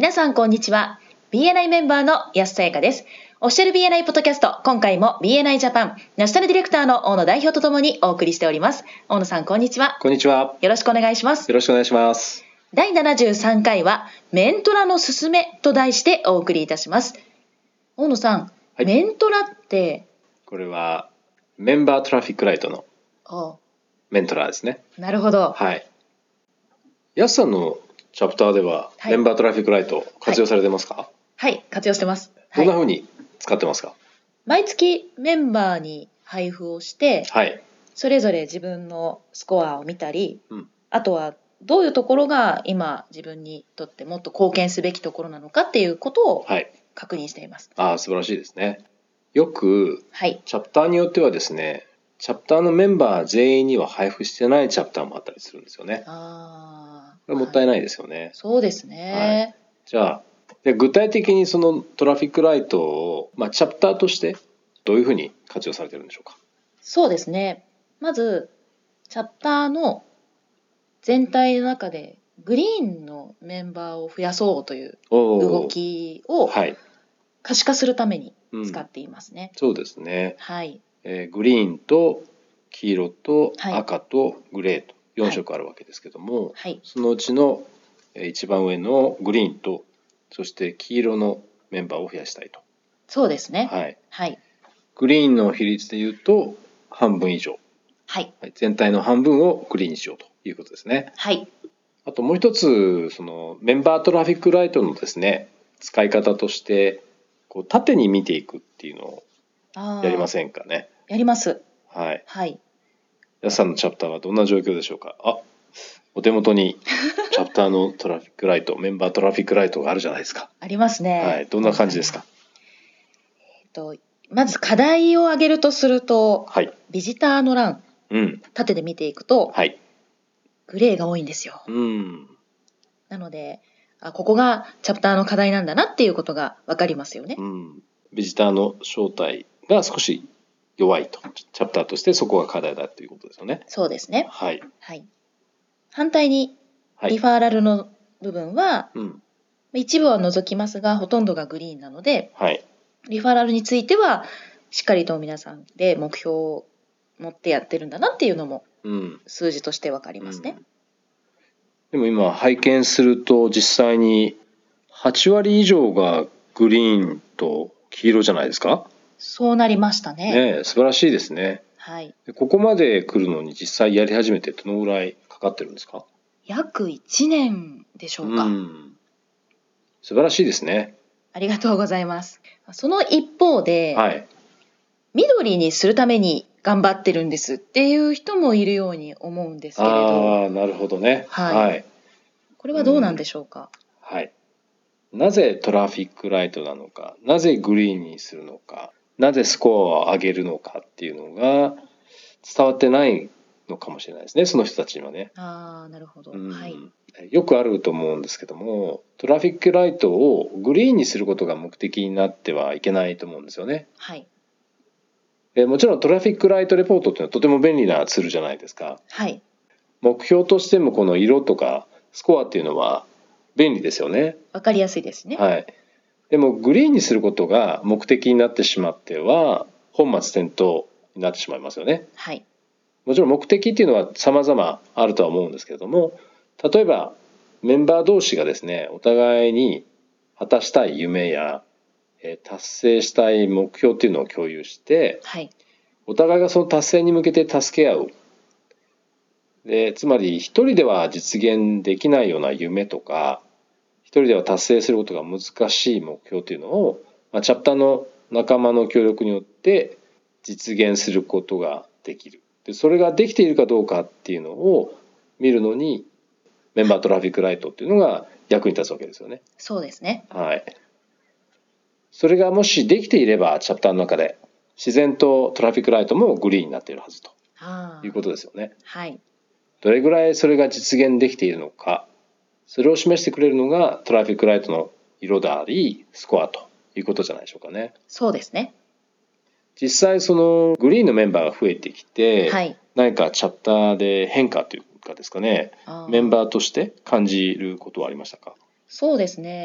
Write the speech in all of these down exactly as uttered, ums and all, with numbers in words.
皆さんこんにちは。 ビーエヌアイ メンバーの安さやかです。オフィシャル ビーエヌアイ ポッドキャスト、今回も ビーエヌアイ ジャパンナショナルディレクターの大野代表とともにお送りしております。大野さんこんにちは。 こんにちは。 よろしくお願いします。 よろしくお願いします。 だいななじゅうさんかいはメントラのすすめと題してお送りいたします。大野さん、 はい、 メントラってこれはメンバートラフィックライトのメントラですね。 なるほど。 はい。安さんのチャプターでは、はい、メンバートラフィックライト活用されてますか？ はい、はい、活用してます。 どんな風に使ってますか？ 毎月メンバーに配布をして、はい、それぞれ自分のスコアを見たり、うん、あとはどういうところが今自分にとってもっと貢献すべきところなのかっていうことを確認しています。 はい、ああ、素晴らしいですね。よく、はい、チャプターによってはですね、チャプターのメンバー全員には配布してないチャプターもあったりするんですよね。あ、これもったいないですよね。 はい、そうですね。 はい、じゃあで具体的にそのトラフィックライトを、まあ、チャプターとしてどういうふうに活用されてるんでしょうか？ そうですね。まずチャプターの全体の中でグリーンのメンバーを増やそうという動きを可視化するために使っていますね。 うん、そうですね。 はい。 えー、グリーンと黄色と赤とグレーとよんしょくあるわけですけども、はい、そのうちの一番上のグリーンとそして黄色のメンバーを増やしたいと。 そうですね。 はい。 はい、 グリーンの比率でいうと半分以上。 はい。 全体の半分をグリーンにしようということですね。 はい。 あともう一つ、そのメンバートラフィックライトのですね、使い方として、こう縦に見ていくっていうのをやりませんかね。 やります。 はい。 はい。 皆さんのチャプターはどんな状況でしょうか？あ、お手元にチャプターのトラフィックライト、メンバートラフィックライトがあるじゃないですか。 ありますね。 はい。どんな感じですか？ えっと、まず課題を挙げるとすると、はい、ビジターの欄、うん、縦で見ていくと、はい、グレーが多いんですよ。うん、なのであ、ここがチャプターの課題なんだなっていうことが分かりますよね。 うん、ビジターの正体が少し弱いと、チャプターとしてそこが課題だということですよね。 そうですね。 はい。 はい、反対にリファーラルの部分は、はいうん、一部は除きますがほとんどがグリーンなので、はい、リファーラルについてはしっかりと皆さんで目標を持ってやってるんだなっていうのも数字として分かりますね。うんうん、 でも今拝見すると実際にはちわり以上がグリーンと黄色じゃないですか？ そうなりましたね。 ねえ、素晴らしいですね。 はい。 ここまで来るのに実際やり始めてどのぐらいかかってるんですか？ 約いちねんでしょうか。うん、 素晴らしいですね。 ありがとうございます。その一方で、はい、緑にするために頑張ってるんですっていう人もいるように思うんですけれど。 ああ、なるほどね。 はい。はい、これはどうなんでしょうか？ うん、はい。なぜトラフィックライトなのか、なぜグリーンにするのか、なぜスコアを上げるのかっていうのが伝わってないのかもしれないですね、その人たちにはね。 ああ、なるほど。 うん、 はい。 よくあると思うんですけども、トラフィックライトをグリーンにすることが目的になってはいけないと思うんですよね。 はい。 えもちろんトラフィックライトレポートっていうのはとても便利なツールじゃないですか。 はい。 目標としてもこの色とかスコアっていうのは便利ですよね。 わかりやすいですね。 はい。でもグリーンにすることが目的になってしまっては本末転倒になってしまいますよね。 はい。もちろん目的っていうのは様々あるとは思うんですけれども、例えばメンバー同士がですね、お互いに果たしたい夢や達成したい目標っていうのを共有して、はい、お互いがその達成に向けて助け合う。で、つまり一人では実現できないような夢とか、一人では達成することが難しい目標というのを、まあ、チャプターの仲間の協力によって実現することができる。で、それができているかどうかっていうのを見るのに、メンバートラフィックライトっていうのが役に立つわけですよね。 そうですね。 はい。それがもしできていれば、チャプターの中で自然とトラフィックライトもグリーンになっているはずということですよね。 はい。 どれぐらいそれが実現できているのか、それを示してくれるのがトラフィックライトの色であり、スコアということじゃないでしょうかね。 そうですね。 実際そのグリーンのメンバーが増えてきて、はい、何かチャプターで変化というかですかね、メンバーとして感じることはありましたか？ そうですね。や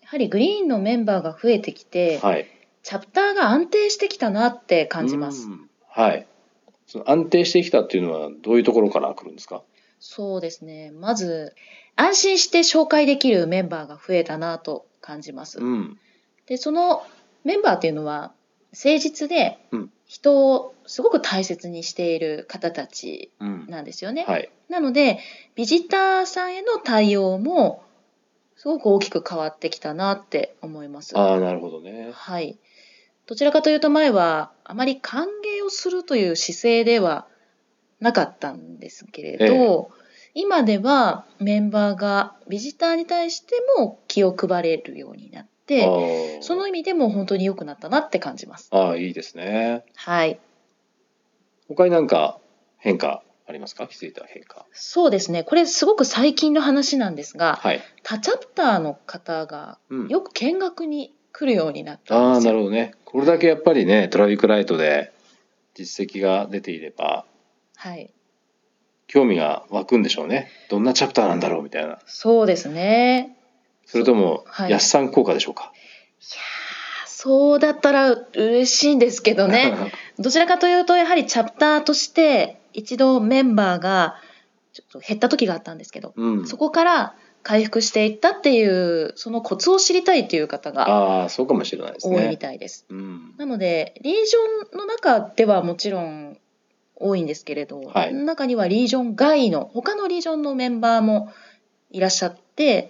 はりグリーンのメンバーが増えてきて、はい、チャプターが安定してきたなって感じます。 はい。その安定してきたっていうのはどういうところから来るんですか？ そうですね。まず安心して紹介できるメンバーが増えたなと感じます。うん、で、そのメンバーっていうのは誠実で人をすごく大切にしている方たちなんですよね。うんはい、なのでビジターさんへの対応もすごく大きく変わってきたなって思います。 ああ、なるほどね。 はい。どちらかというと前はあまり歓迎をするという姿勢ではなかったんですけれど、ええ、今ではメンバーがビジターに対しても気を配れるようになって、その意味でも本当に良くなったなって感じます。 ああ、いいですね。 はい。 他に何か変化ありますか？気づいた変化。 そうですね。これすごく最近の話なんですが、はい、他チャプターの方がよく見学に来るようになったんですよ。 うん、ああ、なるほどね。これだけやっぱりね、トラフィックライトで実績が出ていれば、はい、興味が湧くんでしょうね。どんなチャプターなんだろうみたいな。 そうですね。 それとも、安さん効果でしょうか？はい、いやそうだったら嬉しいんですけどね。どちらかというとやはりチャプターとして一度メンバーがちょっと減った時があったんですけど、うん、そこから回復していったっていうそのコツを知りたいっていう方があそうかもしれないですね。 多いみたいです。うん、なのでリージョンの中ではもちろん多いんですけれど、はい、中にはリージョン外の他のリージョンのメンバーもいらっしゃって、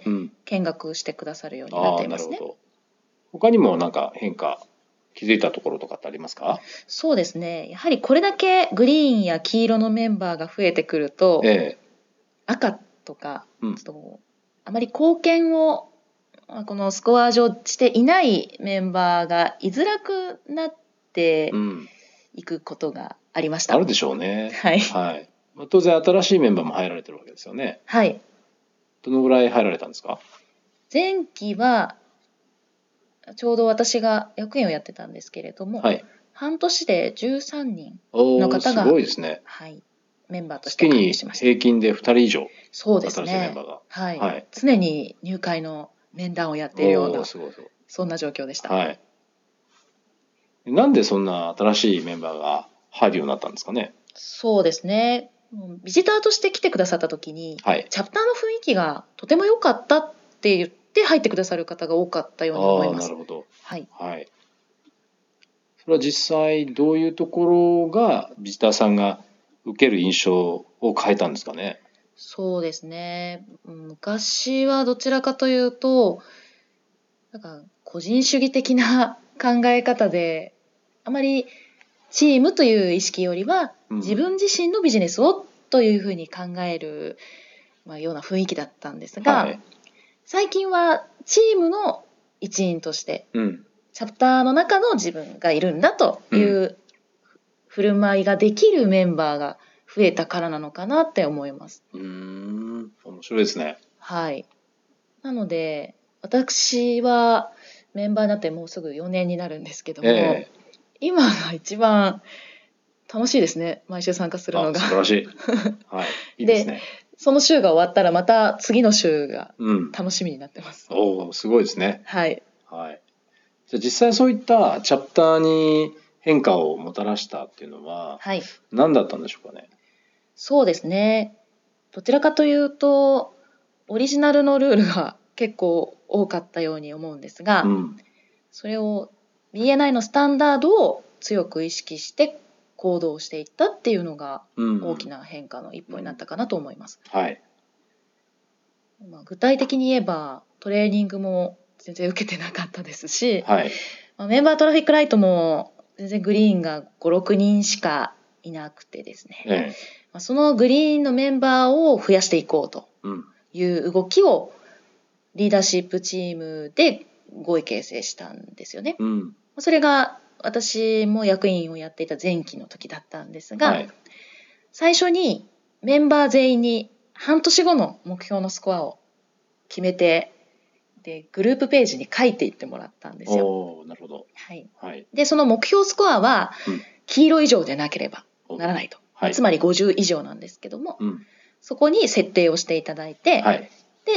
うん、見学してくださるようになっていますね。なるほど。 他にも何か変化気づいたところとかってありますか？ そうですね。やはりこれだけグリーンや黄色のメンバーが増えてくると、ええ、赤とか、うん、ちょっとあまり貢献をこのスコア上していないメンバーが居づらくなっていくことがありました。 あるでしょうね。 はい。 はい。当然新しいメンバーも入られてるわけですよね。 はい。 どのぐらい入られたんですか？ 前期はちょうど私が役員をやってたんですけれども、はい、半年でじゅうさんにんの方がすごいですね。 はい、メンバーとして加入しました。 月に平均でふたり以上、 そうですね。 新しいメンバーが、 はいはい、常に入会の面談をやっているようなすごいすごいそんな状況でした。はい。 なんでそんな新しいメンバーが入るようになったんですかね？ そうですね。ビジターとして来てくださった時に、はい、チャプターの雰囲気がとても良かったって言って入ってくださる方が多かったように思います。 あ、なるほど。はい。はい。それは実際どういうところがビジターさんが受ける印象を変えたんですかね？ そうですね。昔はどちらかというと、なんか個人主義的な考え方で、あまりチームという意識よりは、自分自身のビジネスをというふうに考える、まあ、ような雰囲気だったんですが、はい、最近はチームの一員として、うん、チャプターの中の自分がいるんだという振る舞いができるメンバーが増えたからなのかなって思います。 うーん、面白いですね。 はい。なので私はメンバーになってもうすぐよねんになるんですけども、えー、今が一番楽しいですね。毎週参加するのが。 素晴らしい。はい。いいですね。 で、その週が終わったらまた次の週が楽しみになってます。 うん、おお、すごいですね。 はい。 はい。じゃあ実際そういったチャプターに変化をもたらしたっていうのは、はい、何だったんでしょうかね？ そうですね。どちらかというとオリジナルのルールが結構多かったように思うんですが、うん、それを ビーエヌアイ のスタンダードを強く意識して行動していったっていうのが大きな変化の一歩になったかなと思います。うんうん、はい。まあ、具体的に言えばトレーニングも全然受けてなかったですし、はい、まあ、メンバートラフィックライトも全然グリーンがご、ろくにんしかいなくてですね、ええ、まあ、そのグリーンのメンバーを増やしていこうという動きをリーダーシップチームで合意形成したんですよね。うん、それが私も役員をやっていた前期の時だったんですが、はい、最初にメンバー全員に半年後の目標のスコアを決めて、でグループページに書いていってもらったんですよ。 おー、なるほど。 はいはい、でその目標スコアは黄色以上でなければならないと、はい、つまりごじゅう以上なんですけども、うん、そこに設定をしていただいて、はい、で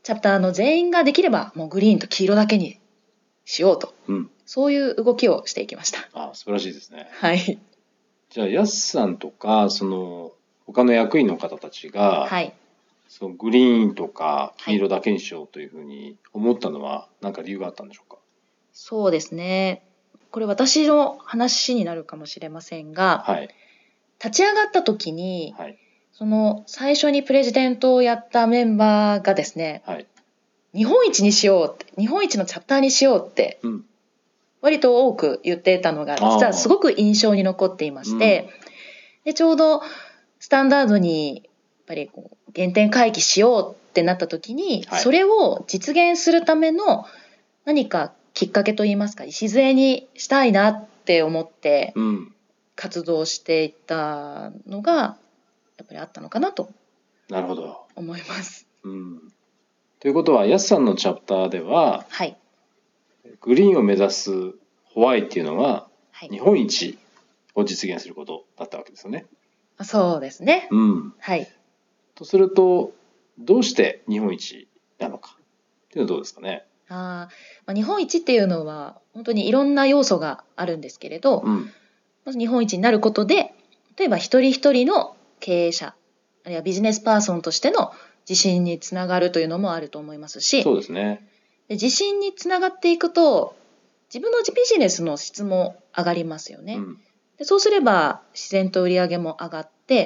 チャプターの全員ができればもうグリーンと黄色だけにしようと、うん、そういう動きをしていきました。 あ、素晴らしいですね。 はい。 じゃあヤスさんとかその他の役員の方たちが、はい、そのグリーンとか黄色だけにしようというふうに思ったのは何か理由があったんでしょうか？ そうですね。これ私の話になるかもしれませんが、はい、立ち上がった時に、はい、その最初にプレジデントをやったメンバーがですね、はい、日本一にしようって、日本一のチャプターにしようって、うん、割と多く言っていたのが実はすごく印象に残っていまして、うん、でちょうどスタンダードにやっぱりこう原点回帰しようってなった時に、はい、それを実現するための何かきっかけといいますか礎にしたいなって思って活動していったのがやっぱりあったのかなと思います。 うん、ということはヤスさんのチャプターでは、はい、グリーンを目指すホワイっていうのは日本一を実現することだったわけですよね。 そうですね。うん。はい。 とするとどうして日本一なのかっていうのはどうですかね。 あ、まあ、日本一っていうのは本当にいろんな要素があるんですけれど、うん、まず日本一になることで例えば一人一人の経営者あるいはビジネスパーソンとしての自信につながるというのもあると思いますし、 そうですね。 で自信につながっていくと自分のビジネスの質も上がりますよね。うん、でそうすれば自然と売り上げも上がって、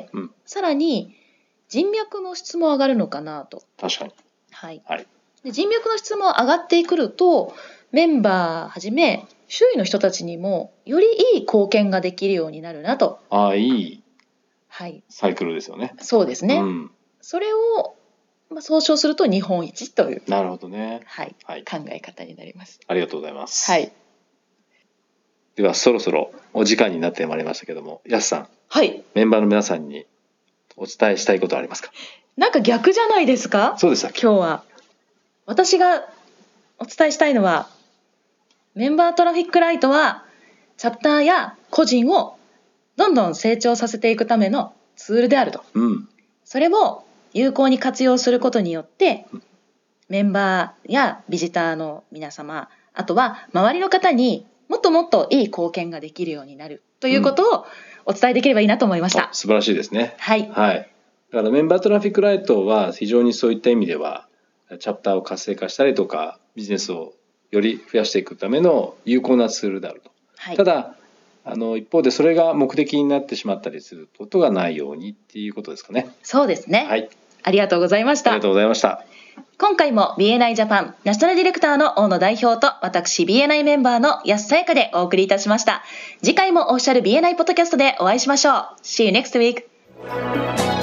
うん、さらに人脈の質も上がるのかなと。 確かに。 はい。はい、で人脈の質も上がってくるとメンバーはじめ周囲の人たちにもよりいい貢献ができるようになるなと。 ああ、いいサイクルですよね。 はい、そうですね。うん、それを、まあ、総称すると日本一という。 なるほどね。 はい。はい、考え方になります。 ありがとうございます。 はい。 ではそろそろお時間になってまいりましたけども、ヤスさん。 はい。 メンバーの皆さんにお伝えしたいことはありますか？ なんか逆じゃないですか？ そうでしたっけ？ 今日は私がお伝えしたいのはメンバートラフィックライトはチャプターや個人をどんどん成長させていくためのツールであると、うん、それを有効に活用することによってメンバーやビジターの皆様あとは周りの方にもっともっといい貢献ができるようになるということをお伝えできればいいなと思いました、 うん、素晴らしいですね。 はい、 はい、だからメンバートラフィックライトは非常にそういった意味ではチャプターを活性化したりとかビジネスをより増やしていくための有効なツールであると、はい、ただあの一方でそれが目的になってしまったりすることがないようにっていうことですかね。 そうですね、 はい、 ありがとうございました。 ありがとうございました。 今回も ビーエヌアイ ジャパンナショナルディレクターの大野代表と私 ビーエヌアイ メンバーの安さやかでお送りいたしました。次回もオフィシャル ビーエヌアイ ポッドキャストでお会いしましょう。See you next week!